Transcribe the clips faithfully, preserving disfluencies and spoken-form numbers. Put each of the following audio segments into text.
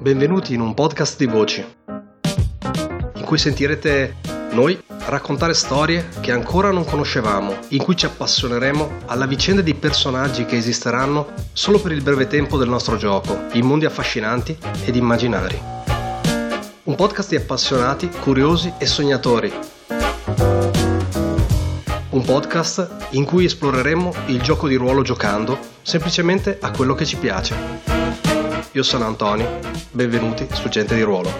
Benvenuti in un podcast di voci, in cui sentirete noi raccontare storie che ancora non conoscevamo, in cui ci appassioneremo alla vicenda di personaggi che esisteranno solo per il breve tempo del nostro gioco, in mondi affascinanti ed immaginari. Un podcast di appassionati, curiosi e sognatori. Un podcast in cui esploreremo il gioco di ruolo giocando semplicemente a quello che ci piace. Io sono Antonio, benvenuti su Gente di Ruolo.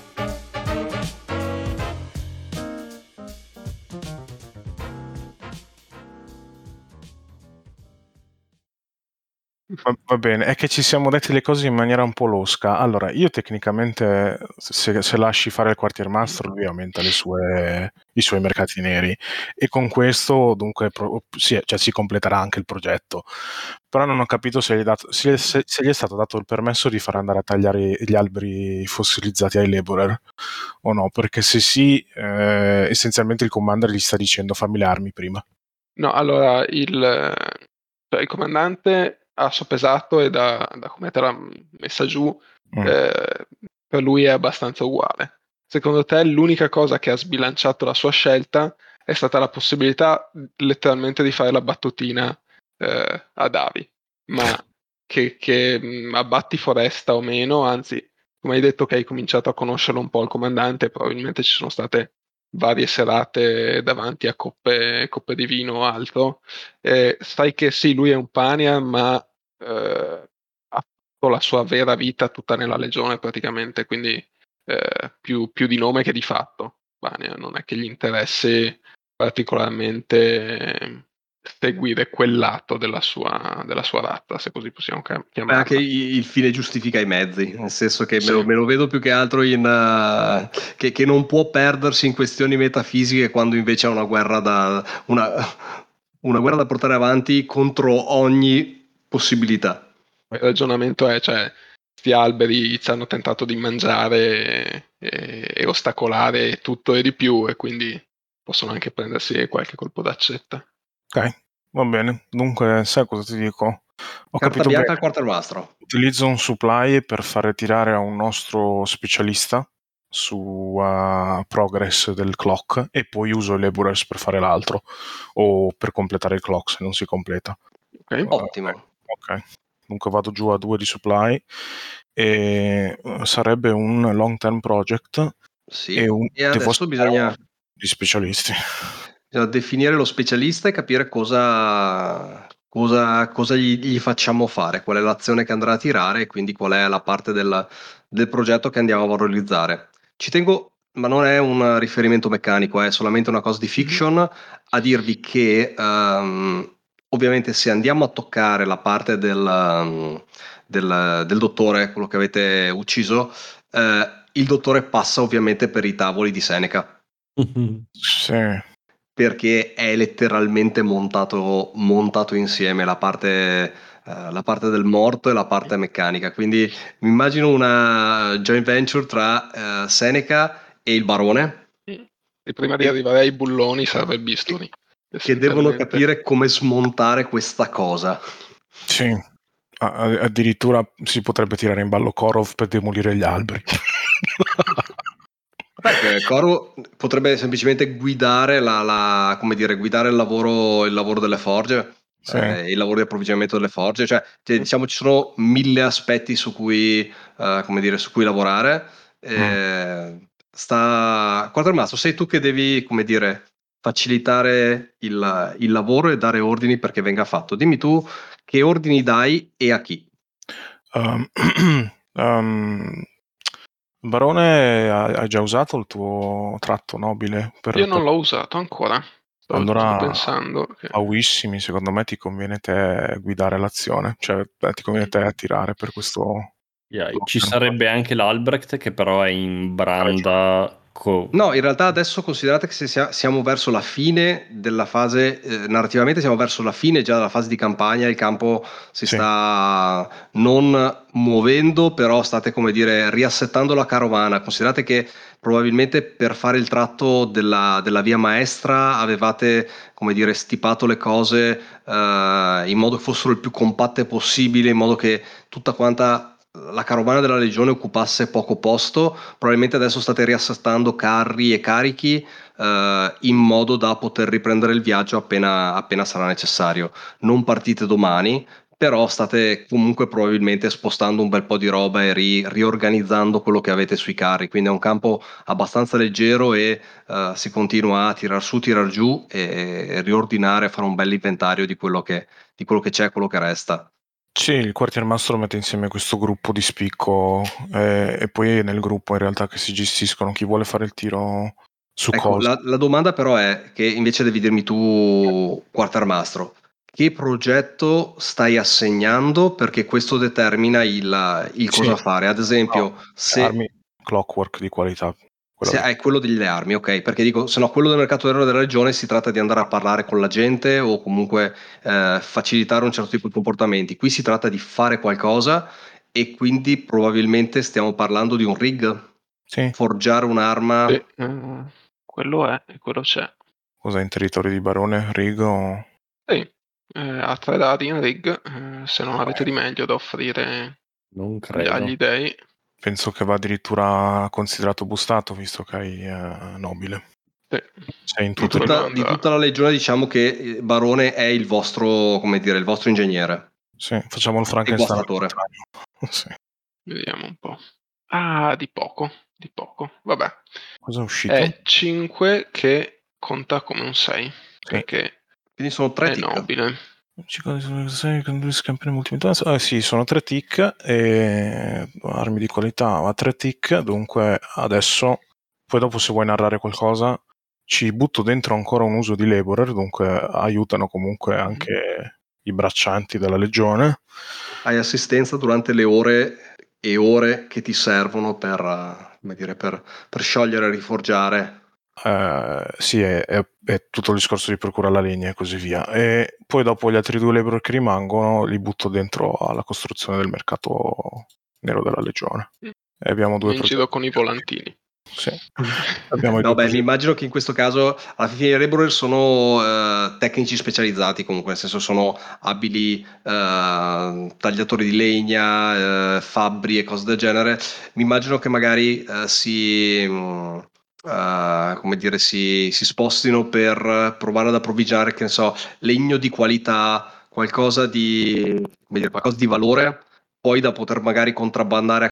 Va, va bene, è che ci siamo detti le cose in maniera un po' losca. Allora, io tecnicamente, se, se lasci fare il quartiermastro, lui aumenta le sue, i suoi mercati neri, e con questo dunque pro, sì, cioè, si completerà anche il progetto. Però non ho capito se gli, è dato, se, se, se gli è stato dato il permesso di far andare a tagliare gli alberi fossilizzati ai laborer o no, perché se sì, eh, essenzialmente il commander gli sta dicendo fammi le armi prima. No, allora il, cioè, il comandante ha soppesato e da, da come te l'ha messa giù, mm. eh, per lui è abbastanza uguale. Secondo te l'unica cosa che ha sbilanciato la sua scelta è stata la possibilità letteralmente di fare la battutina eh, a Davi, ma che, che mh, abbatti foresta o meno, anzi, come hai detto che hai cominciato a conoscerlo un po' il comandante, probabilmente ci sono state varie serate davanti a coppe, coppe di vino o altro, eh, sai che sì, lui è un Pania, ma eh, ha fatto la sua vera vita tutta nella legione praticamente, quindi eh, più, più di nome che di fatto. Pania non è che gli interessi particolarmente seguire quel lato della sua, della sua razza, se così possiamo chiamarla. Anche il fine giustifica i mezzi, nel senso che sì. me, lo, me lo vedo più che altro in uh, che, che non può perdersi in questioni metafisiche quando invece ha una guerra da una, una guerra da portare avanti contro ogni possibilità. Il ragionamento è, cioè, questi alberi ci hanno tentato di mangiare e, e ostacolare tutto e di più, e quindi possono anche prendersi qualche colpo d'accetta. Ok, va bene. Dunque, sai cosa ti dico? Ho Carta capito bianca bene. al quartermastro. Utilizzo un supply per fare tirare a un nostro specialista su uh, progress del clock, e poi uso i laborers per fare l'altro o per completare il clock se non si completa. Okay. Uh, Ottimo. Ok, dunque vado giù a due di supply e sarebbe un long term project. Sì, e, un, e adesso bisogna di specialisti. Bisogna definire lo specialista e capire cosa, cosa, cosa gli, gli facciamo fare, qual è l'azione che andrà a tirare e quindi qual è la parte del, del progetto che andiamo a valorizzare. Ci tengo, ma non è un riferimento meccanico, è solamente una cosa di fiction, mm-hmm. a dirvi che um, ovviamente se andiamo a toccare la parte del, um, del, del dottore, quello che avete ucciso, eh, il dottore passa ovviamente per i tavoli di Seneca. Sì. Perché è letteralmente montato, montato insieme la parte, uh, la parte del morto e la parte meccanica, quindi mi immagino una joint venture tra uh, Seneca e il barone, e prima di e... arrivare ai bulloni serve il bisturi che devono capire come smontare questa cosa. Sì, addirittura si potrebbe tirare in ballo Korov per demolire gli alberi. Beh, Coro potrebbe semplicemente guidare la, la come dire, guidare il lavoro, il lavoro delle forge, sì. eh, il lavoro di approvvigionamento delle forge, cioè, cioè diciamo ci sono mille aspetti su cui, uh, come dire, su cui lavorare. Eh, mm. Sta Quartermastro, sei tu che devi, come dire, facilitare il, il lavoro e dare ordini perché venga fatto. Dimmi tu che ordini dai e a chi. Um, um... Barone, hai già usato il tuo tratto nobile? Per, Io non per... l'ho usato ancora. Sto, allora, sto pensando che... Pauissimi, secondo me ti conviene te guidare l'azione, cioè ti conviene te attirare per questo. Yeah, ci sarebbe anche l'Albrecht che però è in branda. Co- no, in realtà adesso considerate che se sia, siamo verso la fine della fase, eh, narrativamente siamo verso la fine già della fase di campagna, il campo si sì. sta non muovendo, però state, come dire, riassettando la carovana. Considerate che probabilmente per fare il tratto della, della via maestra avevate, come dire, stipato le cose eh, in modo che fossero il più compatte possibile, in modo che tutta quanta la carovana della legione occupasse poco posto, probabilmente adesso state riassettando carri e carichi eh, in modo da poter riprendere il viaggio appena, appena sarà necessario. Non partite domani, però state comunque probabilmente spostando un bel po' di roba e ri- riorganizzando quello che avete sui carri, quindi è un campo abbastanza leggero e eh, si continua a tirar su, tirar giù e riordinare, fare un bel inventario di quello che, di quello che c'è e quello che resta. Sì, il quartiermastro mette insieme questo gruppo di spicco eh, e poi è nel gruppo in realtà che si gestiscono chi vuole fare il tiro su Ecco, cosa. la, la domanda però è che invece devi dirmi tu, quartermastro, che progetto stai assegnando perché questo determina il, il Sì, cosa fare. Ad esempio, no, se, armi clockwork di qualità, quello se lì. è quello delle armi, ok? Perché dico, se no quello del mercato nero della regione si tratta di andare a parlare con la gente o comunque eh, facilitare un certo tipo di comportamenti. Qui si tratta di fare qualcosa e quindi probabilmente stiamo parlando di un rig, Sì, forgiare un'arma. Sì, eh, quello è, e quello c'è. cosa in territorio di Barone, Rigo? Sì, eh, a tre dadi in rig, eh, se non avete di meglio da offrire Non agli, credo. agli dei. Penso che va addirittura considerato bustato visto che hai eh, nobile. Sì. Sei in Di tutte le... Quello tutta, di andrà. tutta la legione diciamo che eh, Barone è il vostro, come dire, il vostro ingegnere Sì, facciamo il e Frankenstein al guastatore. contrario. Sì. Vediamo un po'. Ah, di poco, di poco. Vabbè. Cosa è uscito? È cinque che conta come un sei, Sì. perché Quindi sono tre è tic. nobile. sei con due campioni multimuttanza. Ah, sì, sono tre tick e armi di qualità a tre tick. Dunque adesso, poi dopo se vuoi narrare qualcosa, ci butto dentro ancora un uso di laborer. Dunque aiutano comunque anche i braccianti della legione. Hai assistenza durante le ore e ore che ti servono per, eh, come dire, per, per sciogliere e riforgiare. Eh, sì, è, è, è tutto il discorso di procura alla legna e così via. E poi dopo gli altri due laborer che rimangono li butto dentro alla costruzione del mercato nero della legione. Mm. E abbiamo due Io incido progetti. con i volantini. Sì. Abbiamo i due Vabbè, mi progetti. immagino che in questo caso alla fine i laborer sono eh, tecnici specializzati, comunque, nel senso sono abili eh, tagliatori di legna, eh, fabbri e cose del genere. Mi immagino che magari eh, si, mh, eh, come dire, si, si spostino per provare ad approvvigionare, che ne so, legno di qualità, qualcosa di, come dire, qualcosa di valore, poi da poter magari contrabbandare a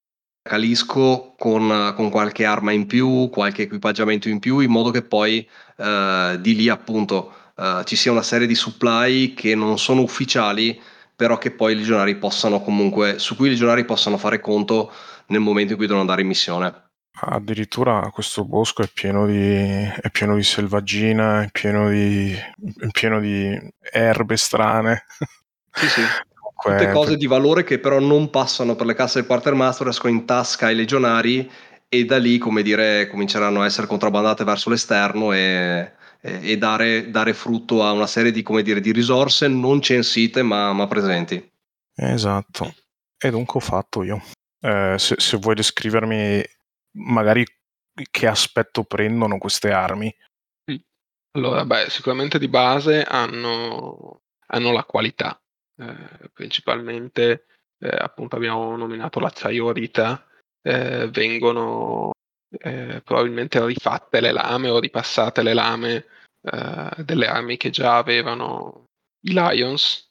Calisco con, con qualche arma in più, qualche equipaggiamento in più, in modo che poi eh, di lì appunto eh, ci sia una serie di supply che non sono ufficiali, però che poi i legionari possano comunque, su cui i legionari possano fare conto nel momento in cui devono andare in missione. Addirittura questo bosco è pieno di, è pieno di selvaggina, è pieno di, è pieno di erbe strane. Sì, sì. Tutte Comunque, cose di valore che però non passano per le casse del quartermaster, escono in tasca ai legionari e da lì, come dire, cominceranno a essere contrabbandate verso l'esterno e, e- e dare, dare frutto a una serie di, come dire, di risorse non censite ma, ma presenti. esatto. E dunque ho fatto io. Eh, se, se vuoi descrivermi magari che aspetto prendono queste armi. Mm. Allora, beh, sicuramente di base hanno, hanno la qualità. Eh, principalmente, eh, appunto, abbiamo nominato l'acciaio Rita, eh, vengono eh, probabilmente rifatte le lame o ripassate le lame eh, delle armi che già avevano i Lions.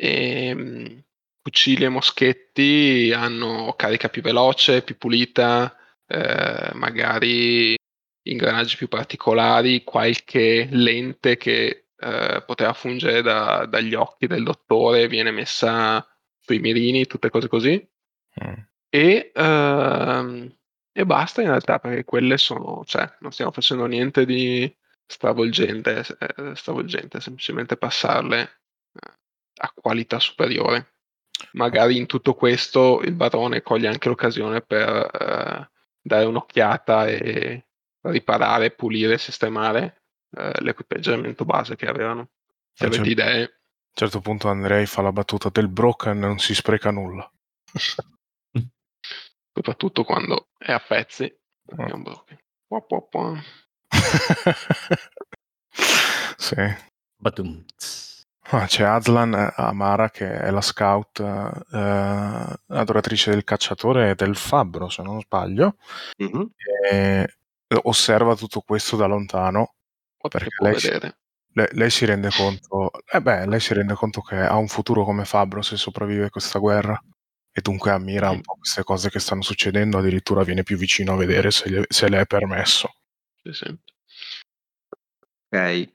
E, mh, fucili e moschetti hanno carica più veloce, più pulita, eh, magari ingranaggi più particolari, qualche lente che eh, poteva fungere da- dagli occhi del dottore viene messa sui mirini, tutte cose così. Mm. E, ehm, e basta in realtà, perché quelle sono, cioè, non stiamo facendo niente di stravolgente, eh, stravolgente, semplicemente passarle eh, a qualità superiore. Magari in tutto questo il barone coglie anche l'occasione per eh, dare un'occhiata e riparare, pulire, sistemare eh, l'equipaggiamento base che avevano. Se A un avete cer- idee, a un certo punto Andrei fa la battuta del broken, non si spreca nulla. soprattutto quando è a pezzi, perché è un broken. Pua, pua, pua. Sì. Batum. Ah, c'è Aslan Amara che è la scout eh, adoratrice del cacciatore e del fabbro, se non sbaglio, Mhm. e osserva tutto questo da lontano Quanto che perché può lei si, vedere. lei, lei si rende conto, eh beh, lei si rende conto che ha un futuro come fabbro se sopravvive a questa guerra e dunque ammira un po' queste cose che stanno succedendo, addirittura viene più vicino a vedere se, gli- se le è permesso. Sì, sì. Ok.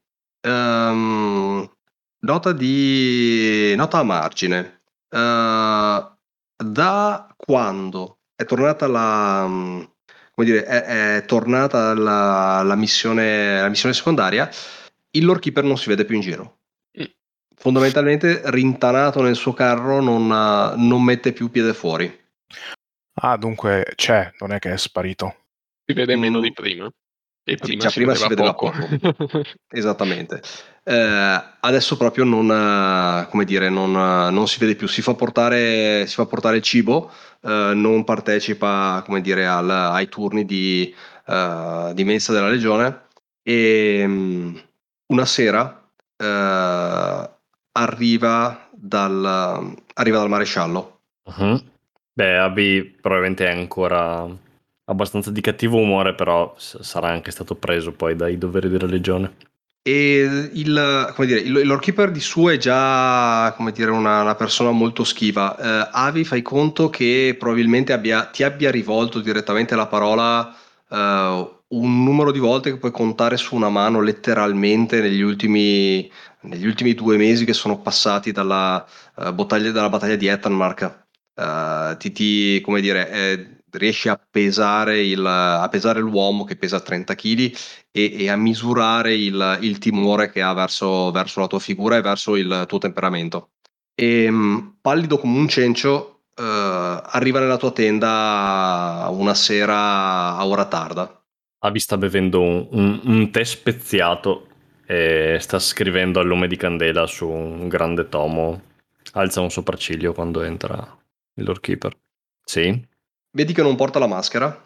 Ehm, nota di nota a margine. Eh, da quando è tornata la mm, come dire, è, è tornata la, la missione, la missione secondaria, il lore keeper non si vede più in giro. Mm. Fondamentalmente rintanato nel suo carro, non, non mette più piede fuori. Ah, dunque c'è, non è che è sparito. Si vede meno Mm, di prima. E sì, prima già si prima si vedeva vedeva poco. poco. Esattamente. Eh, adesso proprio non, eh, come dire, non, eh, non si vede più. Si fa portare, si fa portare il cibo, eh, non partecipa, come dire, al- ai turni di, eh, di mensa della legione. E mm, una sera eh, arriva dal, arriva dal maresciallo. Mhm. Beh, Abby probabilmente è ancora abbastanza di cattivo umore, però s- sarà anche stato preso poi dai doveri della legione. E il, come dire, il, il lore keeper di suo è già, come dire, una, una persona molto schiva. Eh, Avi, fai conto che probabilmente abbia, ti abbia rivolto direttamente la parola eh, un numero di volte che puoi contare su una mano letteralmente negli ultimi, negli ultimi due mesi che sono passati dalla, eh, battaglia, dalla battaglia di Ettenmark. Eh, ti, ti- come dire, eh, riesci a pesare, il, a pesare l'uomo che pesa trenta chili e, e a misurare il, il timore che ha verso, verso la tua figura e verso il tuo temperamento. E mh, pallido come un cencio, eh, arriva nella tua tenda una sera a ora tarda. Abby sta bevendo un, un- un tè speziato e sta scrivendo a lume di candela su un grande tomo. Alza un sopracciglio quando entra il Lord Keeper. Sì? Vedi che non porta la maschera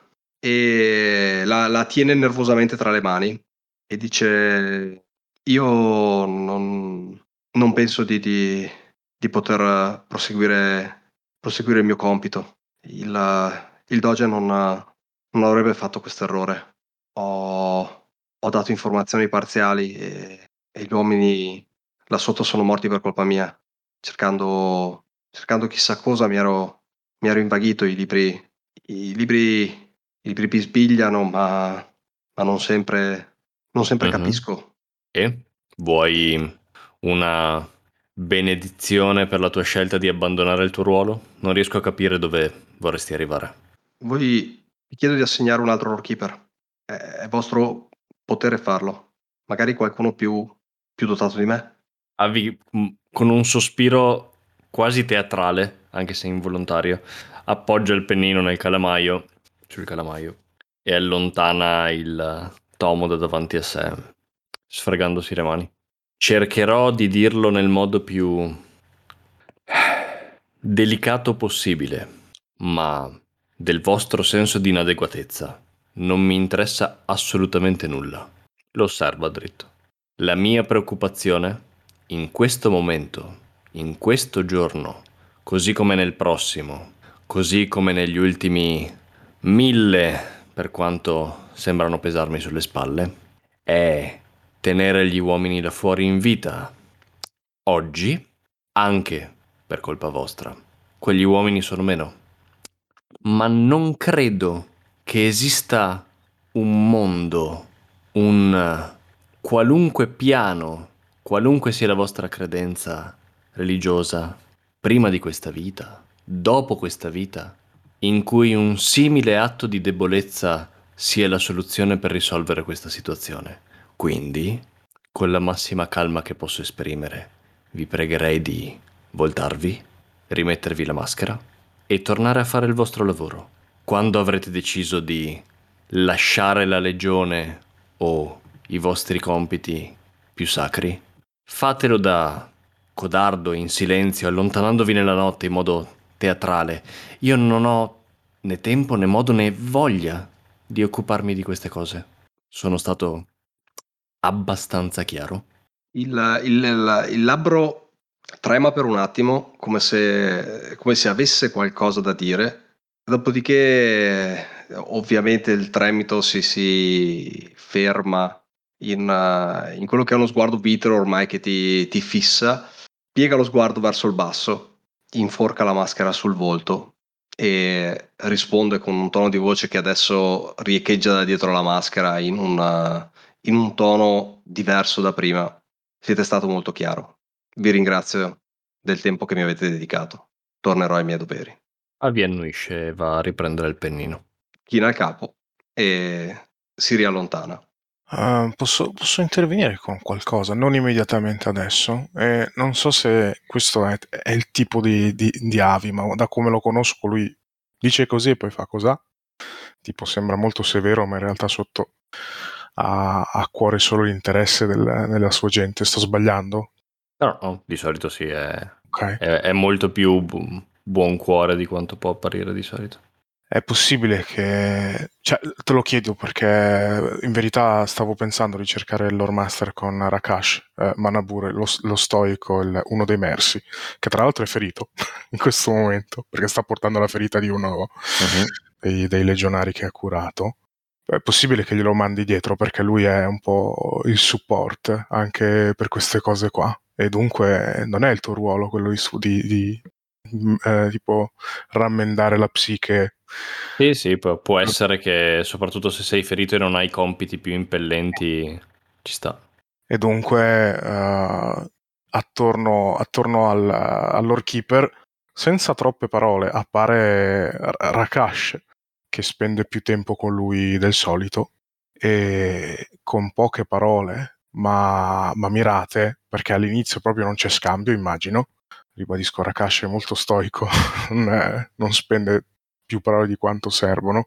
e la, la tiene nervosamente tra le mani e dice: Io non, non penso di, di- di poter proseguire, proseguire il mio compito. Il, il Doge non, non avrebbe fatto questo errore. Ho, ho dato informazioni parziali e, e gli uomini là sotto sono morti per colpa mia. Cercando, cercando chissà cosa mi ero, mi ero invaghito i libri i libri, i libri bisbigliano, ma, ma non sempre, non sempre Mhm. capisco. E vuoi una benedizione per la tua scelta di abbandonare il tuo ruolo? Non riesco a capire dove vorresti arrivare. Voi vi chiedo di assegnare un altro lore keeper. È, è vostro potere farlo. Magari qualcuno più, più dotato di me. Avi, mh, con un sospiro quasi teatrale, anche se involontario, appoggia il pennino nel calamaio, sul calamaio, e allontana il tomo da davanti a sé, sfregandosi le mani. Cercherò di dirlo nel modo più delicato possibile, ma del vostro senso di inadeguatezza non mi interessa assolutamente nulla. Lo osserva dritto. La mia preoccupazione, in questo momento, in questo giorno, così come nel prossimo, così come negli ultimi mille, per quanto sembrano pesarmi sulle spalle, è tenere gli uomini là fuori in vita. Oggi, anche per colpa vostra, quegli uomini sono meno. Ma non credo che esista un mondo, un qualunque piano, qualunque sia la vostra credenza religiosa, prima di questa vita, dopo questa vita, in cui un simile atto di debolezza sia la soluzione per risolvere questa situazione. Quindi, con la massima calma che posso esprimere, vi pregherei di voltarvi, rimettervi la maschera e tornare a fare il vostro lavoro. Quando avrete deciso di lasciare la legione o i vostri compiti più sacri, fatelo da codardo, in silenzio, allontanandovi nella notte in modo teatrale. Io non ho né tempo, né modo, né voglia di occuparmi di queste cose. Sono stato abbastanza chiaro. Il, il- il- il labbro trema per un attimo, come se, come se avesse qualcosa da dire. Dopodiché, ovviamente, il tremito si, si ferma in, uh, in quello che è uno sguardo vitreo ormai che ti, ti fissa. Piega lo sguardo verso il basso, inforca la maschera sul volto e risponde con un tono di voce che adesso riecheggia da dietro la maschera in una- in un tono diverso da prima. Siete stato molto chiaro. Vi ringrazio del tempo che mi avete dedicato. Tornerò ai miei doveri. Avi annuisce e va a riprendere il pennino. China il capo e si riallontana. Uh, posso, posso intervenire con qualcosa, non immediatamente adesso. E non so se questo è, è il tipo di, di, di Avi, ma da come lo conosco lui dice così e poi fa cos'ha. Tipo sembra molto severo, ma in realtà sotto ha a cuore solo l'interesse del, della sua gente. Sto sbagliando? No, no, di solito sì, è, Ok. è, è molto più bu- buon cuore di quanto può apparire di solito. È possibile che... Cioè, te lo chiedo perché in verità stavo pensando di cercare il lore master con Rakash, eh, Manabure, lo, lo stoico, il- uno dei Mersi, che tra l'altro è ferito in questo momento, perché sta portando la ferita di uno Mhm. dei, dei legionari che ha curato. È possibile che glielo mandi dietro perché lui è un po' il support anche per queste cose qua. E dunque non è il tuo ruolo quello di, su- di, di mm, eh, tipo rammendare la psiche. Sì, sì, può, può essere che soprattutto se sei ferito e non hai compiti più impellenti, ci sta. E dunque eh, attorno, attorno al, al keeper, senza troppe parole, appare R- Rakash, che spende più tempo con lui del solito, e con poche parole, ma, ma mirate, perché all'inizio proprio non c'è scambio, immagino. Ribadisco, Rakash è molto stoico, non, è- non spende più parole di quanto servono,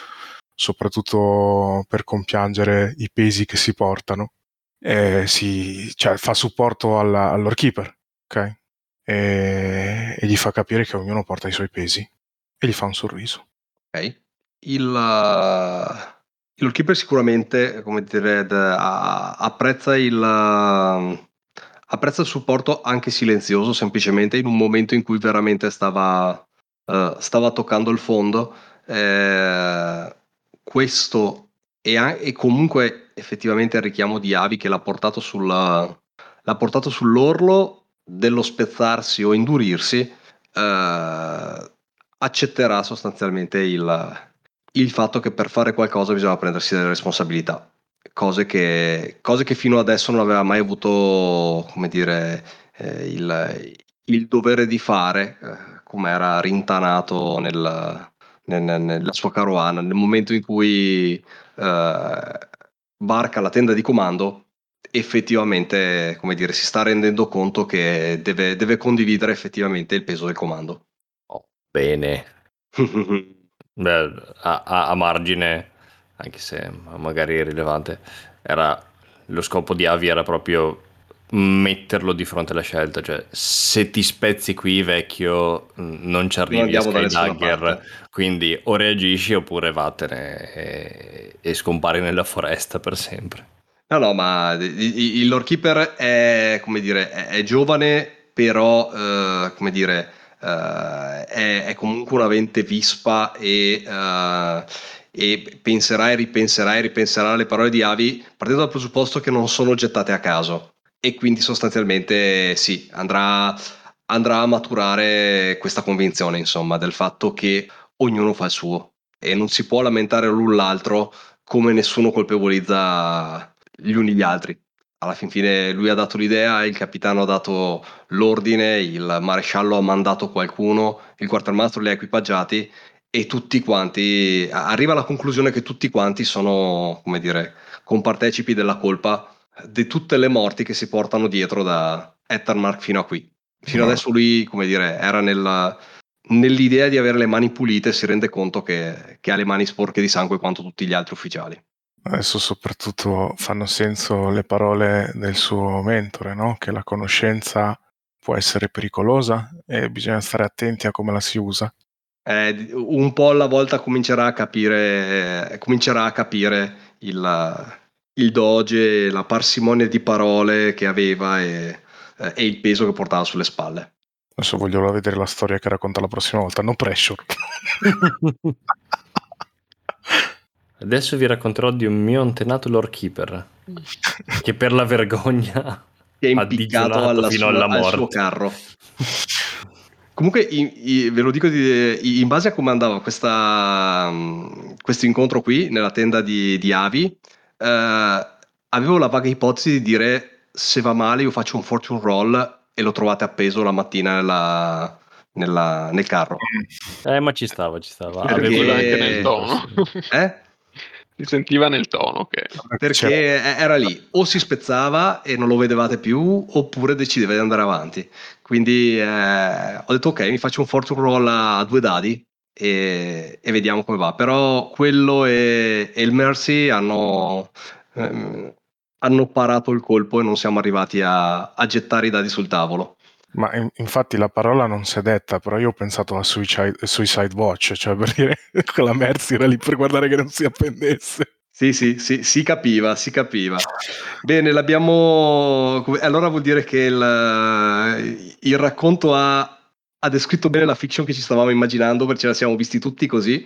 soprattutto per compiangere i pesi che si portano. E si, cioè, fa supporto alla, all'orekeeper, ok? E, e gli fa capire che ognuno porta i suoi pesi e gli fa un sorriso. Ok? Il, uh, il keeper sicuramente, come dire, d- a- apprezza il, uh, apprezza il supporto anche silenzioso, semplicemente in un momento in cui veramente stava, uh, stava toccando il fondo. Eh, questo e, an- e comunque effettivamente il richiamo di Avi che l'ha portato sulla, l'ha portato sull'orlo dello spezzarsi o indurirsi. eh, Accetterà sostanzialmente il, il fatto che per fare qualcosa bisogna prendersi delle responsabilità, cose che, cose che fino adesso non aveva mai avuto, come dire, eh, il, il dovere di fare, eh, come era rintanato nel, nel- nel- nella sua carovana. Nel momento in cui eh, varca la tenda di comando, effettivamente, come dire, si sta rendendo conto che deve, deve condividere effettivamente il peso del comando. Oh, bene. Beh, a, a- a margine, anche se magari è rilevante, era, lo scopo di Avi era proprio metterlo di fronte alla scelta, cioè se ti spezzi qui vecchio mh, non ci Non arrivi a andiamo da nessuna Skydagger, parte. quindi o reagisci oppure vattene e, e scompari nella foresta per sempre. No, no, ma i- i- il lore keeper è, come dire, è, è giovane, però, eh, come dire, eh, è, è comunque una mente vispa e, eh, e penserà e ripenserà e ripenserà alle parole di Avi partendo dal presupposto che non sono gettate a caso. E quindi sostanzialmente sì, andrà, andrà a maturare questa convinzione, insomma, del fatto che ognuno fa il suo e non si può lamentare l'un l'altro come nessuno colpevolizza gli uni gli altri. Alla fin fine lui ha dato l'idea, il capitano ha dato l'ordine, il maresciallo ha mandato qualcuno, il quartermastro li ha equipaggiati e tutti quanti, arriva alla conclusione che tutti quanti sono, come dire, compartecipi della colpa di tutte le morti che si portano dietro da Ettermark fino a qui. Fino No, adesso lui, come dire, era nella, nell'idea di avere le mani pulite e si rende conto che, che ha le mani sporche di sangue quanto tutti gli altri ufficiali. adesso soprattutto fanno senso le parole del suo mentore, no? Che la conoscenza può essere pericolosa e bisogna stare attenti a come la si usa. Eh, un po' alla volta comincerà a capire, comincerà a capire il, il doge, la parsimonia di parole che aveva e, eh, e il peso che portava sulle spalle. Adesso voglio vedere la storia che racconta la prossima volta, no pressure. Adesso vi racconterò di un mio antenato Lord Keeper che per la vergogna Che è ha impiccato digionato alla fino sua- alla al suo morte. carro. Comunque, in- in- ve lo dico di- in base a come andava questa, mh, questo incontro qui nella tenda di, di Avi, eh, avevo la vaga ipotesi di dire: se va male io faccio un fortune roll e lo trovate appeso la mattina nella- nella- nel carro. Eh, ma ci stava, ci stava. Perché- Avevo sentiva anche nel tono. Eh? Si sentiva nel tono che Perché era lì, o si spezzava e non lo vedevate più, oppure decideva di andare avanti. Quindi eh, ho detto: ok, mi faccio un fortune roll a due dadi e, e vediamo come va. Però quello e, e il Mercy hanno, ehm, hanno parato il colpo e non siamo arrivati a, a gettare i dadi sul tavolo. Ma in- infatti la parola non si è detta, però io ho pensato a Suicide, Suicide Watch, cioè per dire che la Mercy era lì per guardare che non si appendesse. Sì, sì, sì, si capiva, si capiva. Bene, l'abbiamo. come- Allora vuol dire che il, il racconto ha, ha descritto bene la fiction che ci stavamo immaginando, perché ce la siamo visti tutti così.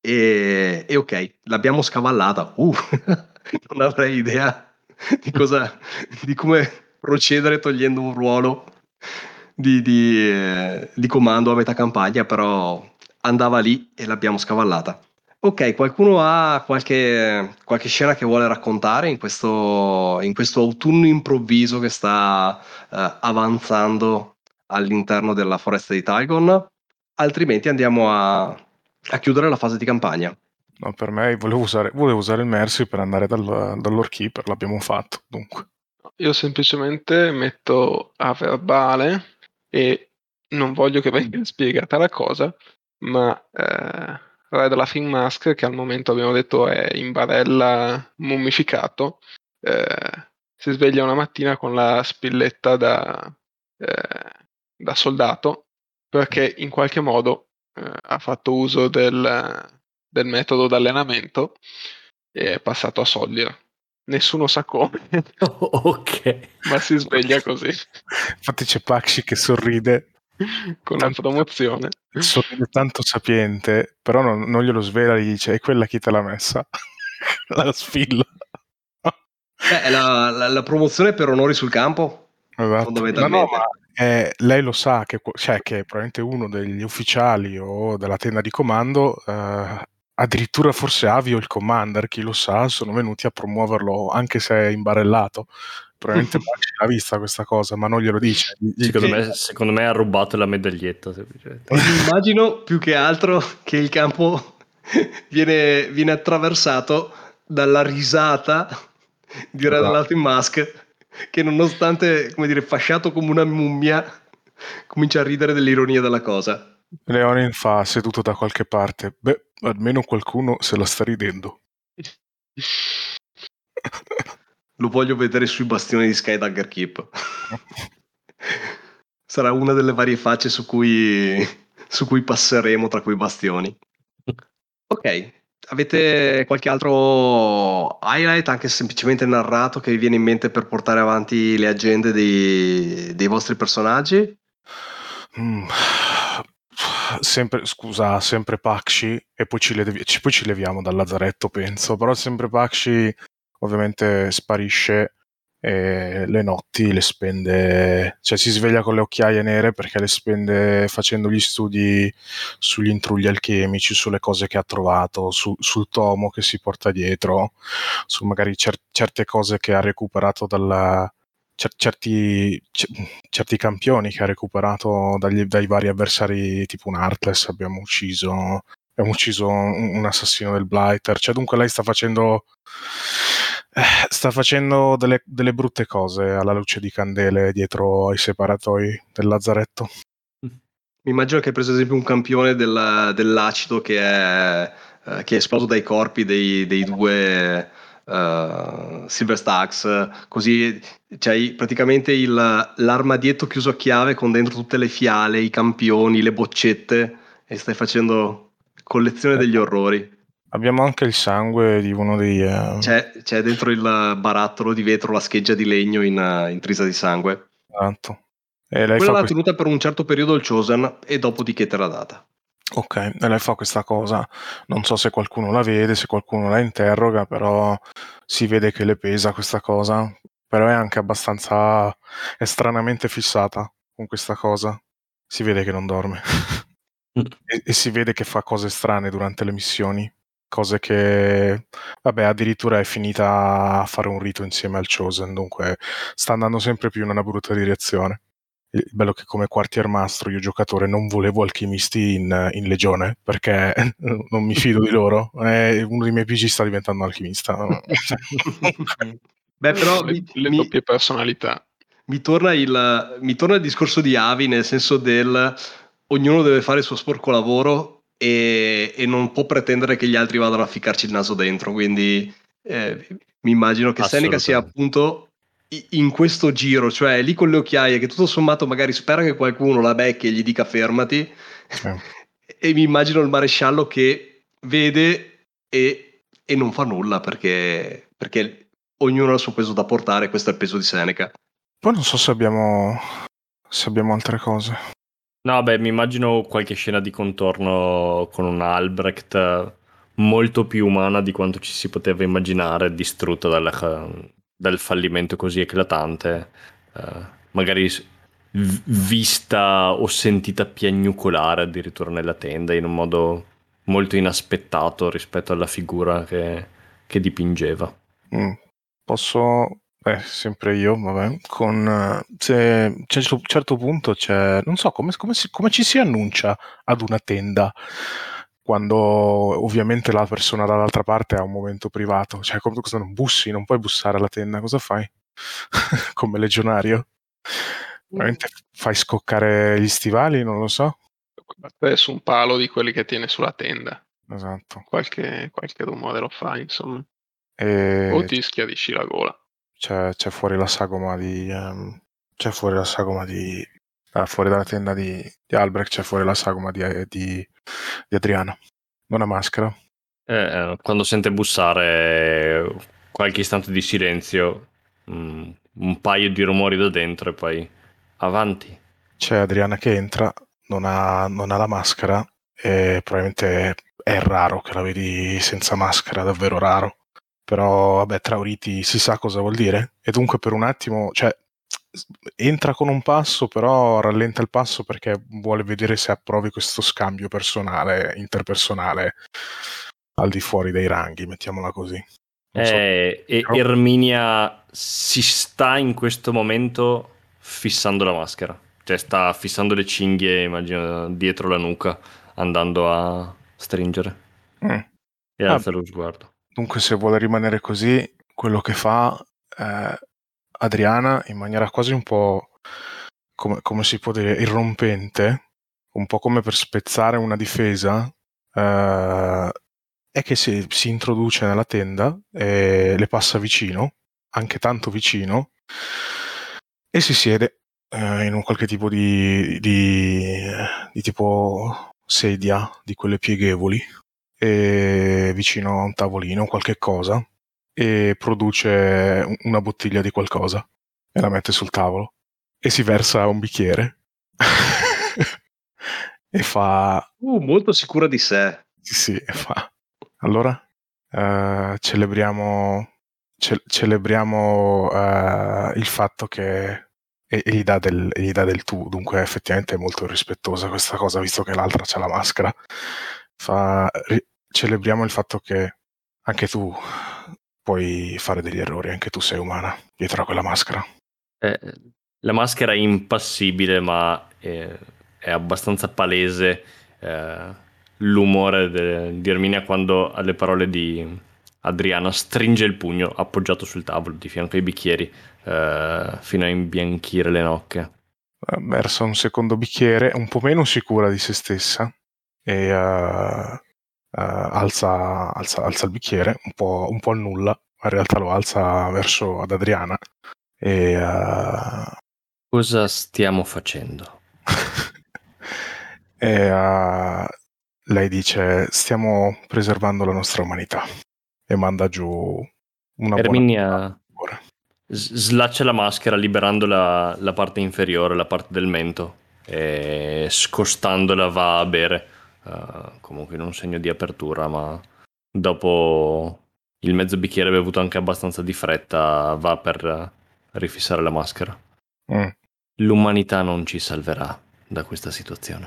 E, e ok, l'abbiamo scavallata. Uh, non avrei idea di cosa, di come procedere togliendo un ruolo di, di, eh, di comando a metà campagna, però andava lì e l'abbiamo scavallata. Ok, qualcuno ha qualche, qualche scena che vuole raccontare in questo, in questo autunno improvviso che sta eh, avanzando all'interno della foresta di Tygon? Altrimenti andiamo a, a chiudere la fase di campagna. No, per me volevo usare, volevo usare il Mercy per andare dal, dall'Lord Keeper, l'abbiamo fatto, dunque. io semplicemente metto a verbale e non voglio che venga spiegata la cosa, ma eh, Re della Fin Mask, che al momento abbiamo detto è in barella mummificato, eh, si sveglia una mattina con la spilletta da, eh, da soldato perché in qualche modo eh, ha fatto uso del, del metodo d'allenamento e è passato a Soldier. Nessuno sa come, Ok. ma si sveglia così, Infatti c'è Pakshi che sorride, con la tanto, promozione. sorride tanto sapiente, però non, non glielo svela, gli dice: e quella chi te l'ha messa? La sfilla. Beh, è la, la- la promozione per onori sul campo, Esatto. No, no, fondamentalmente. ma eh, lei lo sa che, cioè, che probabilmente uno degli ufficiali o della tenda di comando, eh, addirittura forse Avi o il commander, chi lo sa, sono venuti a promuoverlo anche se è imbarellato. Probabilmente Bakshi l'ha vista questa cosa, ma non glielo dice. Gli- gli- Secondo Che- me, secondo me ha rubato la medaglietta, semplicemente. E mi immagino più che altro che il campo viene, viene attraversato dalla risata di Re Esatto. in Mask, che nonostante, come dire, fasciato come una mummia, comincia a ridere dell'ironia della cosa. Leonin fa seduto da qualche parte. Beh, almeno qualcuno se la sta ridendo. Lo voglio vedere sui bastioni di Skydagger Keep. Sarà una delle varie facce su cui, su cui passeremo tra quei bastioni. Ok, avete qualche altro highlight, anche semplicemente narrato, che vi viene in mente per portare avanti le agende dei, dei vostri personaggi? Mm. Sempre, scusa, sempre Pakshi e poi ci, levi- ci- poi ci leviamo dal lazzaretto, penso, però sempre Pakshi ovviamente sparisce e le notti le spende, cioè si sveglia con le occhiaie nere perché le spende facendo gli studi sugli intrugli alchemici, sulle cose che ha trovato, su- sul tomo che si porta dietro, su magari cer- certe cose che ha recuperato dalla cer- certi, c- certi campioni che ha recuperato dagli- dai vari avversari, tipo un Heartless abbiamo ucciso, abbiamo ucciso un, un assassino del Blighter, cioè dunque lei sta facendo eh, sta facendo delle, delle brutte cose alla luce di candele dietro ai separatoi del lazzaretto. Mi immagino che hai preso ad esempio un campione del- dell'acido che è, eh, che è esploso dai corpi dei, dei due eh, Silver Stacks, così c'hai praticamente il, l'armadietto chiuso a chiave con dentro tutte le fiale, i campioni, le boccette e stai facendo collezione degli orrori. Abbiamo anche il sangue di uno dei... Uh... C'è, c'è dentro il barattolo di vetro la scheggia di legno in, uh, intrisa di sangue. Esatto. E lei Quella fa l'ha questa... tenuta per un certo periodo il Chosen e dopodiché te l'ha data. Ok, e lei fa questa cosa. Non so se qualcuno la vede, se qualcuno la interroga, però si vede che le pesa questa cosa. Però è anche abbastanza... è stranamente fissata con questa cosa. Si vede che non dorme. e, e si vede che fa cose strane durante le missioni. Cose che... Vabbè, addirittura è finita a fare un rito insieme al Chosen, dunque sta andando sempre più in una brutta direzione. Il bello è che come quartiermastro io giocatore non volevo alchimisti in, in legione perché non mi fido di loro. Eh, uno dei miei P G sta diventando un alchimista. Beh, però le, mi, le mi, doppie personalità. Mi torna, il, mi torna il discorso di Avi, nel senso del ognuno deve fare il suo sporco lavoro e, e non può pretendere che gli altri vadano a ficcarci il naso dentro. Quindi eh, mi immagino che Seneca sia Assolutamente. appunto i- in questo giro, cioè lì con le occhiaie, che tutto sommato magari spera che qualcuno la becchi e gli dica fermati. Sì. E mi immagino il maresciallo che vede e, e non fa nulla perché, perché ognuno ha il suo peso da portare. Questo è il peso di Seneca. Poi non so se abbiamo se abbiamo altre cose. No, beh, mi immagino qualche scena di contorno con una Albrecht molto più umana di quanto ci si poteva immaginare, distrutta dal, dal fallimento così eclatante, eh, magari s- v- vista o sentita piagnucolare addirittura nella tenda in un modo molto inaspettato rispetto alla figura che, che dipingeva. Mm. Posso... Eh, sempre io, vabbè, con... eh, se c'è a un certo punto c'è... Non so, come, come, si- come ci si annuncia ad una tenda quando ovviamente la persona dall'altra parte ha un momento privato? Cioè, come, cosa non bussi? Non puoi bussare alla tenda, cosa fai? Come legionario? Veramente fai scoccare gli stivali? Non lo so. Batte su un palo di quelli che tiene sulla tenda. Esatto. Qualche, qualche rumore lo fa, insomma. E O ti schiarisci la gola. c'è, c'è fuori la sagoma di... ehm, c'è fuori la sagoma di... ah, fuori dalla tenda di, di Albrecht c'è fuori la sagoma di, di, di Adriana. Non ha maschera. Eh, eh, quando sente bussare qualche istante di silenzio, mm, un paio di rumori da dentro e poi avanti. C'è Adriana che entra, non ha, non ha la maschera e probabilmente è raro che la vedi senza maschera, davvero raro. Però vabbè, Trauriti si sa cosa vuol dire e dunque per un attimo, cioè, entra con un passo, però rallenta il passo perché vuole vedere se approvi questo scambio personale, interpersonale al di fuori dei ranghi, mettiamola così. Non so. Eh, e Però- Erminia si sta in questo momento fissando la maschera, cioè sta fissando le cinghie, immagino, dietro la nuca, andando a stringere Mm. e Ah, alza lo sguardo. dunque se vuole rimanere così, quello che fa eh, Adriana in maniera quasi un po' come, come si può dire, irrompente, un po' come per spezzare una difesa, eh, è che si, si introduce nella tenda e le passa vicino, anche tanto vicino, e si siede eh, in un qualche tipo di, di, di tipo sedia, di quelle pieghevoli, e vicino a un tavolino, qualche cosa, e produce una bottiglia di qualcosa e la mette sul tavolo e si versa un bicchiere e fa Uh, molto sicura di sé. sì, sì, e fa allora eh, celebriamo ce- celebriamo eh, il fatto che e, e gli dà del, e gli dà del tu, dunque effettivamente è molto rispettosa questa cosa visto che l'altra c'ha la maschera. Fa ri- celebriamo il fatto che anche tu puoi fare degli errori, anche tu sei umana dietro a quella maschera. Eh, la maschera è impassibile, ma è, è abbastanza palese eh, l'umore de- di Erminia quando alle parole di Adriana stringe il pugno appoggiato sul tavolo di fianco ai bicchieri eh, fino a imbianchire le nocche. Eh, versa un secondo bicchiere, un po' meno sicura di se stessa, e uh, uh, alza, alza, alza il bicchiere, un po', un po' al nulla, in realtà lo alza verso ad Adriana. E, uh... Cosa stiamo facendo? e uh, lei dice stiamo preservando la nostra umanità e manda giù una Erminia buona s- slaccia la maschera liberando la, la parte inferiore, la parte del mento, e scostandola va a bere. Uh, comunque in un segno di apertura, ma dopo il mezzo bicchiere bevuto anche abbastanza di fretta va per rifissare la maschera. mm. L'umanità non ci salverà da questa situazione.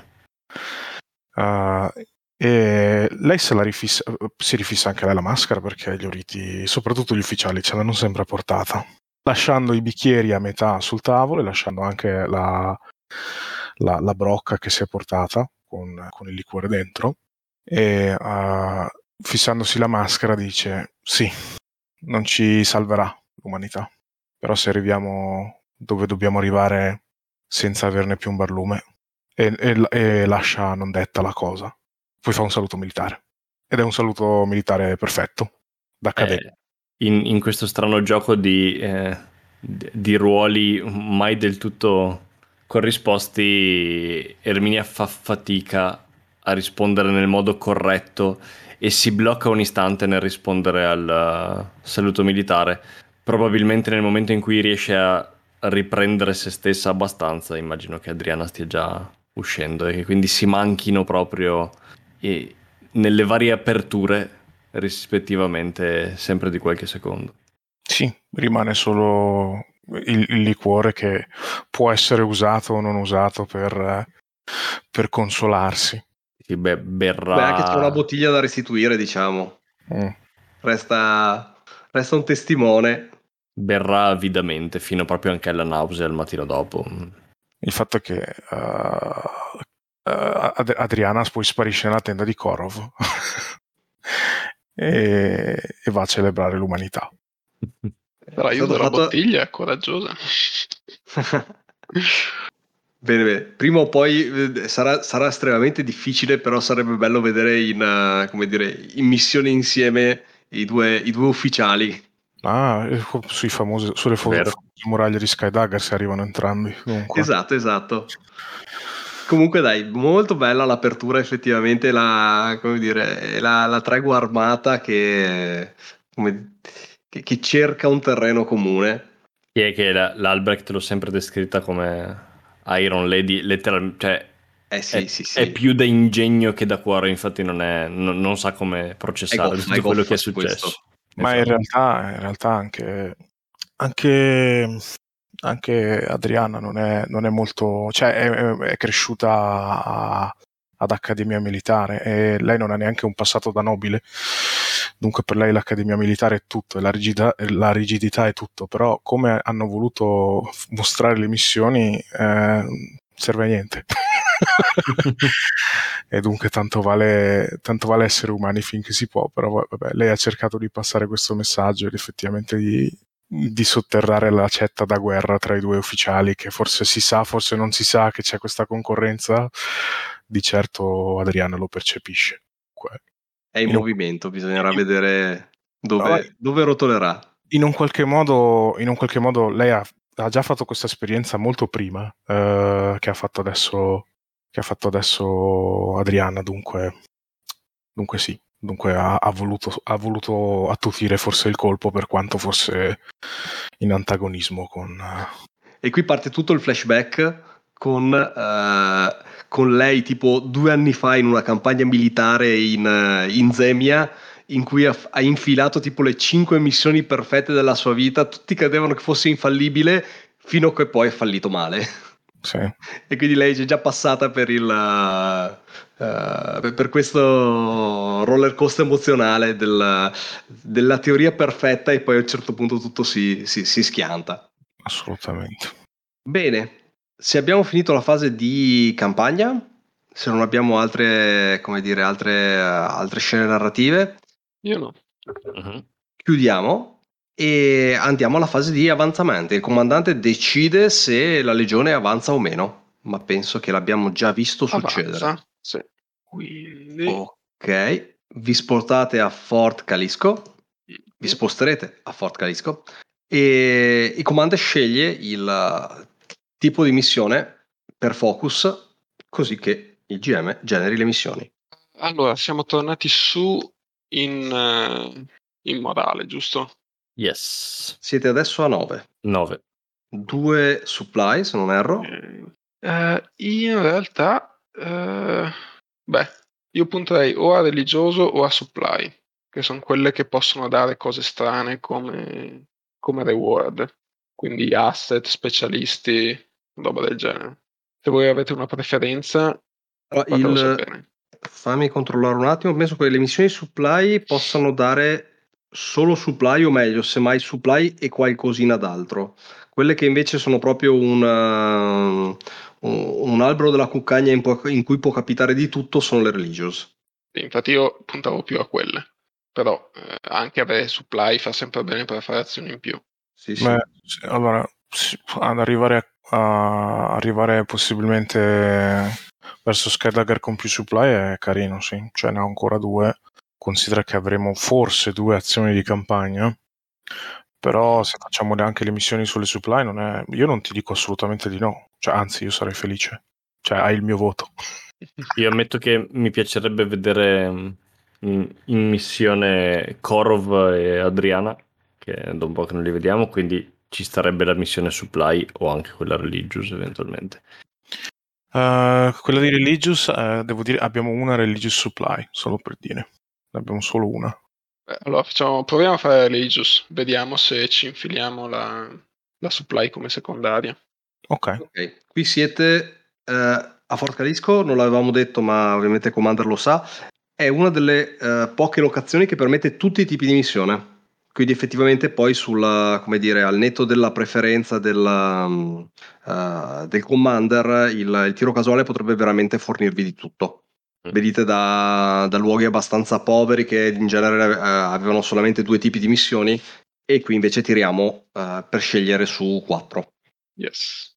Uh, e lei se la rifissa, si rifissa anche lei la maschera perché gli oriti, soprattutto gli ufficiali, ce l'hanno sempre a portata, lasciando i bicchieri a metà sul tavolo e lasciando anche la, la, la brocca che si è portata con, con il liquore dentro, e uh, fissandosi la maschera dice sì, non ci salverà l'umanità, però se arriviamo dove dobbiamo arrivare senza averne più un barlume, e, e, e lascia non detta la cosa, poi fa un saluto militare ed è un saluto militare perfetto da accademia. Eh, in, in questo strano gioco di, eh, di di ruoli mai del tutto corrisposti, Erminia fa fatica a rispondere nel modo corretto e si blocca un istante nel rispondere al uh, saluto militare. Probabilmente nel momento in cui riesce a riprendere se stessa abbastanza, immagino che Adriana stia già uscendo e che quindi si manchino proprio e, nelle varie aperture rispettivamente sempre di qualche secondo. Sì, rimane solo il, il liquore che può essere usato o non usato per, per consolarsi. Sì, beh, berrà... Beh, anche c'è una bottiglia da restituire, diciamo. Mm. Resta, resta un testimone. berrà avidamente fino proprio anche alla nausea il mattino dopo. Il fatto è che uh, uh, Ad- Adriana poi sparisce nella tenda di Korov e, e va a celebrare l'umanità. Però È io stato la fatto... bottiglia è coraggiosa. Bene, bene. Prima o poi eh, sarà, sarà estremamente difficile, però sarebbe bello vedere in, uh, come dire, in missione insieme i due, i due ufficiali. Ah, sui famosi, sulle fo- Vero. famose muraglie di Skydagger si arrivano entrambi. Comunque. Esatto, esatto. Comunque dai, molto bella l'apertura, effettivamente, la, come dire, la, la tregua armata che, come, che, che cerca un terreno comune. Chi è che la, l'Albrecht l'ho sempre descritta come Iron Lady, letteralmente, cioè Eh sì, è, sì, sì. è più da ingegno che da cuore, infatti non, è, non, non sa come È processare goffa, è tutto quello che goffa è su successo. questo. Ma in Esatto. realtà, in realtà anche, anche, anche Adriana non è, non è molto, cioè è, è cresciuta a, ad accademia militare e lei non ha neanche un passato da nobile, dunque per lei l'accademia militare è tutto, e la rigidità, la rigidità è tutto, però come hanno voluto mostrare le missioni eh, serve a niente. E dunque tanto vale, tanto vale essere umani finché si può, però vabbè, lei ha cercato di passare questo messaggio ed effettivamente di, di sotterrare l'accetta da guerra tra i due ufficiali, che forse si sa, forse non si sa che c'è questa concorrenza, di certo Adriana lo percepisce. È in In un, movimento, bisognerà in, vedere dove, dove rotolerà. in un qualche modo, in un qualche modo lei ha, ha già fatto questa esperienza molto prima eh, che ha fatto adesso che ha fatto adesso Adriana, dunque, dunque sì, dunque ha, ha, voluto, ha voluto attutire forse il colpo per quanto fosse in antagonismo con... E qui parte tutto il flashback con, uh, con lei tipo due anni fa in una campagna militare in, uh, in Zemia, in cui ha, ha infilato tipo le cinque missioni perfette della sua vita, tutti credevano che fosse infallibile, fino a che poi è fallito male. Sì. E quindi lei è già passata per il uh, uh, per questo roller coaster emozionale del, della teoria perfetta, e poi a un certo punto tutto si, si, si schianta. Assolutamente. Bene, se abbiamo finito la fase di campagna, se non abbiamo altre, come dire, altre, altre scene narrative, io no. Uh-huh. Chiudiamo e andiamo alla fase di avanzamento. Il comandante decide se la legione avanza o meno, ma penso che l'abbiamo già visto succedere. Avanza, sì. Quindi... Ok, vi spostate a Fort Calisco, vi sposterete a Fort Calisco e il comandante sceglie il tipo di missione per focus, così che il G M generi le missioni. Allora, siamo tornati su in, uh, in morale, giusto? Yes. Siete adesso a nove. nove. Due supply, se non erro. Okay. Uh, in realtà, uh, beh, io punterei o a religioso o a supply, che sono quelle che possono dare cose strane come, come reward, quindi asset, specialisti, roba del genere. Se voi avete una preferenza, Allora, fatelo il... sapere. Fammi controllare un attimo. Penso che le missioni supply possano dare solo supply, o meglio, semmai supply e qualcosina d'altro. Quelle che invece sono proprio un, uh, un, un albero della cuccagna in, po- in cui può capitare di tutto sono le religious. Sì, infatti io puntavo più a quelle, però eh, anche avere supply fa sempre bene per fare azioni in più. Sì, sì. Beh, sì, allora, sì, ad arrivare a arrivare possibilmente verso Skydagger con più supply è carino, sì. Cioè ne ho ancora due. Considera che avremo forse due azioni di campagna. Però se facciamo anche le missioni sulle supply, non è... io non ti dico assolutamente di no. Cioè, anzi, io sarei felice. Cioè, hai il mio voto. Io ammetto che mi piacerebbe vedere mm, in, in missione Korov e Adriana, che è da un po' che non li vediamo, quindi ci starebbe la missione supply o anche quella religious eventualmente. Uh, quella di Religious, uh, devo dire, abbiamo una Religious Supply, solo per dire. Ne abbiamo solo una. Beh, allora facciamo, proviamo a fare religious, vediamo se ci infiliamo la, la supply come secondaria. Ok. Ok, qui siete eh, a Fort Calisco, non l'avevamo detto, ma ovviamente Commander lo sa. È una delle eh, poche locazioni che permette tutti i tipi di missione. Quindi effettivamente poi sulla, come dire, al netto della preferenza della, um, uh, del commander, il, il tiro casuale potrebbe veramente fornirvi di tutto. Mm. Venite da, da luoghi abbastanza poveri che in genere uh, avevano solamente due tipi di missioni e qui invece tiriamo uh, per scegliere su quattro. Yes.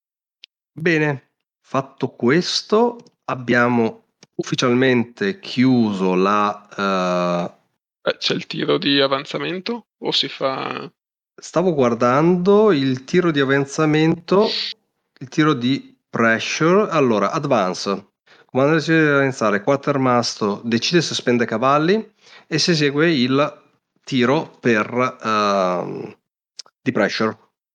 Bene, fatto questo abbiamo ufficialmente chiuso la... Uh, Beh, c'è il tiro di avanzamento o si fa... Stavo guardando il tiro di avanzamento, il tiro di pressure. Allora, advance. Comando decide di avanzare, quartermaster decide se spende cavalli e se esegue il tiro per uh, di pressure.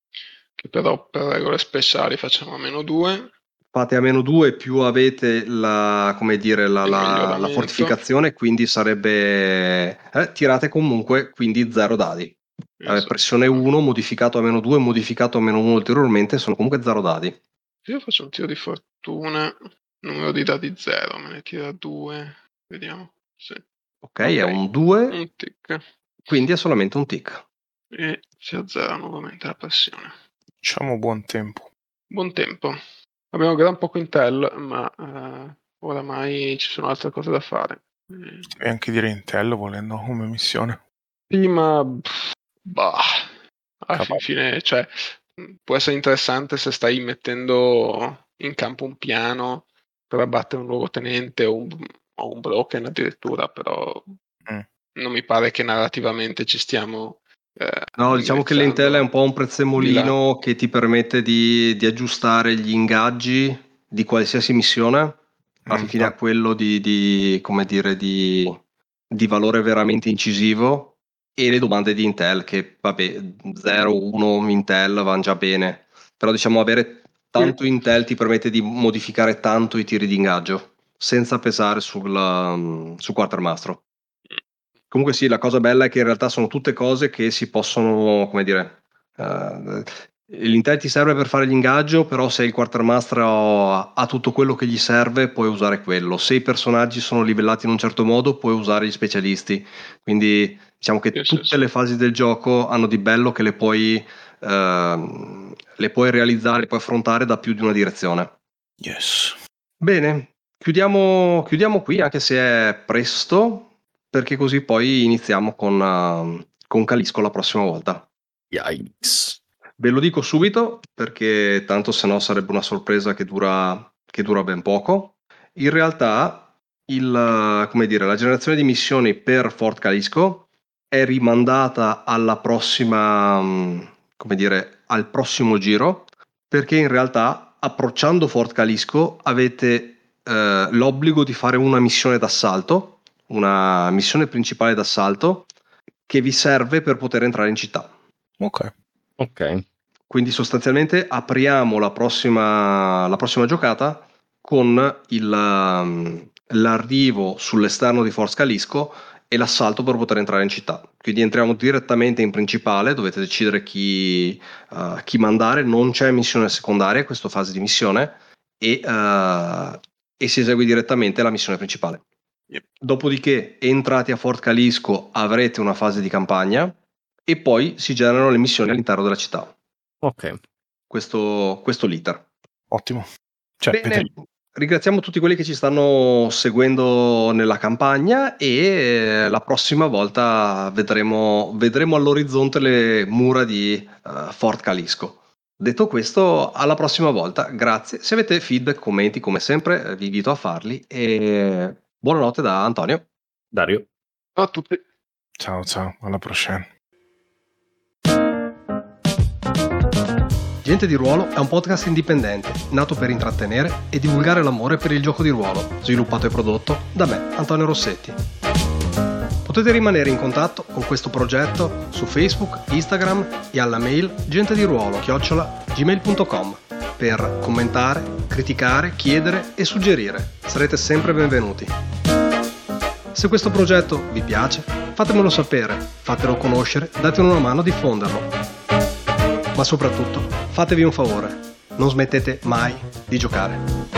Che però per regole speciali facciamo a meno due. Fate a meno due più avete la, come dire, la, la, la fortificazione, quindi sarebbe... Eh, tirate comunque, quindi zero dadi. Eh, pressione uno, modificato a meno due, modificato a meno uno ulteriormente, sono comunque zero dadi. Io faccio un tiro di fortuna, numero di dadi zero, me ne tira due, vediamo. Sì. Ok, okay, è un due, un tick. Quindi è solamente un tick. E si azzera nuovamente la pressione. Diciamo buon tempo. Buon tempo. Abbiamo gran poco intel, ma eh, oramai ci sono altre cose da fare. E anche dire Intel volendo come missione. Sì, ma bah, alla fin fine, cioè, può essere interessante se stai mettendo in campo un piano per abbattere un luogotenente o un, o un broken addirittura, però mm. non mi pare che narrativamente ci stiamo eh, no, diciamo che l'Intel è un po' un prezzemolino che ti permette di, di aggiustare gli ingaggi di qualsiasi missione alla mm, fine a quello di, di come dire di, di valore veramente incisivo, e le domande di Intel che vabbè zero uno Intel vanno già bene, però diciamo avere tanto mm. Intel ti permette di modificare tanto i tiri di ingaggio senza pesare sul, sul quartermastro. Comunque sì, la cosa bella è che in realtà sono tutte cose che si possono, come dire, uh, l'Intel ti serve per fare l'ingaggio, però se il quartermaster ha, ha tutto quello che gli serve puoi usare quello. Se i personaggi sono livellati in un certo modo puoi usare gli specialisti. Quindi diciamo che yes, tutte yes. le fasi del gioco hanno di bello che le puoi, uh, le puoi realizzare, le puoi affrontare da più di una direzione. Yes. Bene, chiudiamo, chiudiamo qui anche se è presto, perché così poi iniziamo con, uh, con Calisco la prossima volta. Yikes. Ve lo dico subito perché tanto se no sarebbe una sorpresa che dura, che dura ben poco. In realtà il, come dire, la generazione di missioni per Fort Calisco è rimandata alla prossima, come dire, al prossimo giro, perché in realtà approcciando Fort Calisco avete eh, l'obbligo di fare una missione d'assalto una missione principale d'assalto che vi serve per poter entrare in città. Ok. Ok. Quindi sostanzialmente apriamo la prossima, la prossima giocata con il, um, l'arrivo sull'esterno di Fort Scalisco e l'assalto per poter entrare in città. Quindi entriamo direttamente in principale, dovete decidere chi, uh, chi mandare, non c'è missione secondaria in questa fase di missione e, uh, e si esegue direttamente la missione principale. Yep. Dopodiché, entrati a Fort Scalisco, avrete una fase di campagna e poi si generano le missioni all'interno della città. Ok. Questo, questo l'iter. Ottimo. Cioè, Bene, vedete- ringraziamo tutti quelli che ci stanno seguendo nella campagna e la prossima volta vedremo, vedremo all'orizzonte le mura di uh, Fort Scalisco. Detto questo, alla prossima volta, grazie. Se avete feedback, commenti, come sempre, vi invito a farli e buonanotte da Antonio. Dario. Ciao a tutti. Ciao, ciao, alla prossima. Gente di Ruolo è un podcast indipendente, nato per intrattenere e divulgare l'amore per il gioco di ruolo, sviluppato e prodotto da me, Antonio Rossetti. Potete rimanere in contatto con questo progetto su Facebook, Instagram e alla mail gentediruolo chiocciola gmail punto com per commentare, criticare, chiedere e suggerire. Sarete sempre benvenuti. Se questo progetto vi piace, fatemelo sapere, fatelo conoscere, datemi una mano a diffonderlo. Ma soprattutto, fatevi un favore, non smettete mai di giocare.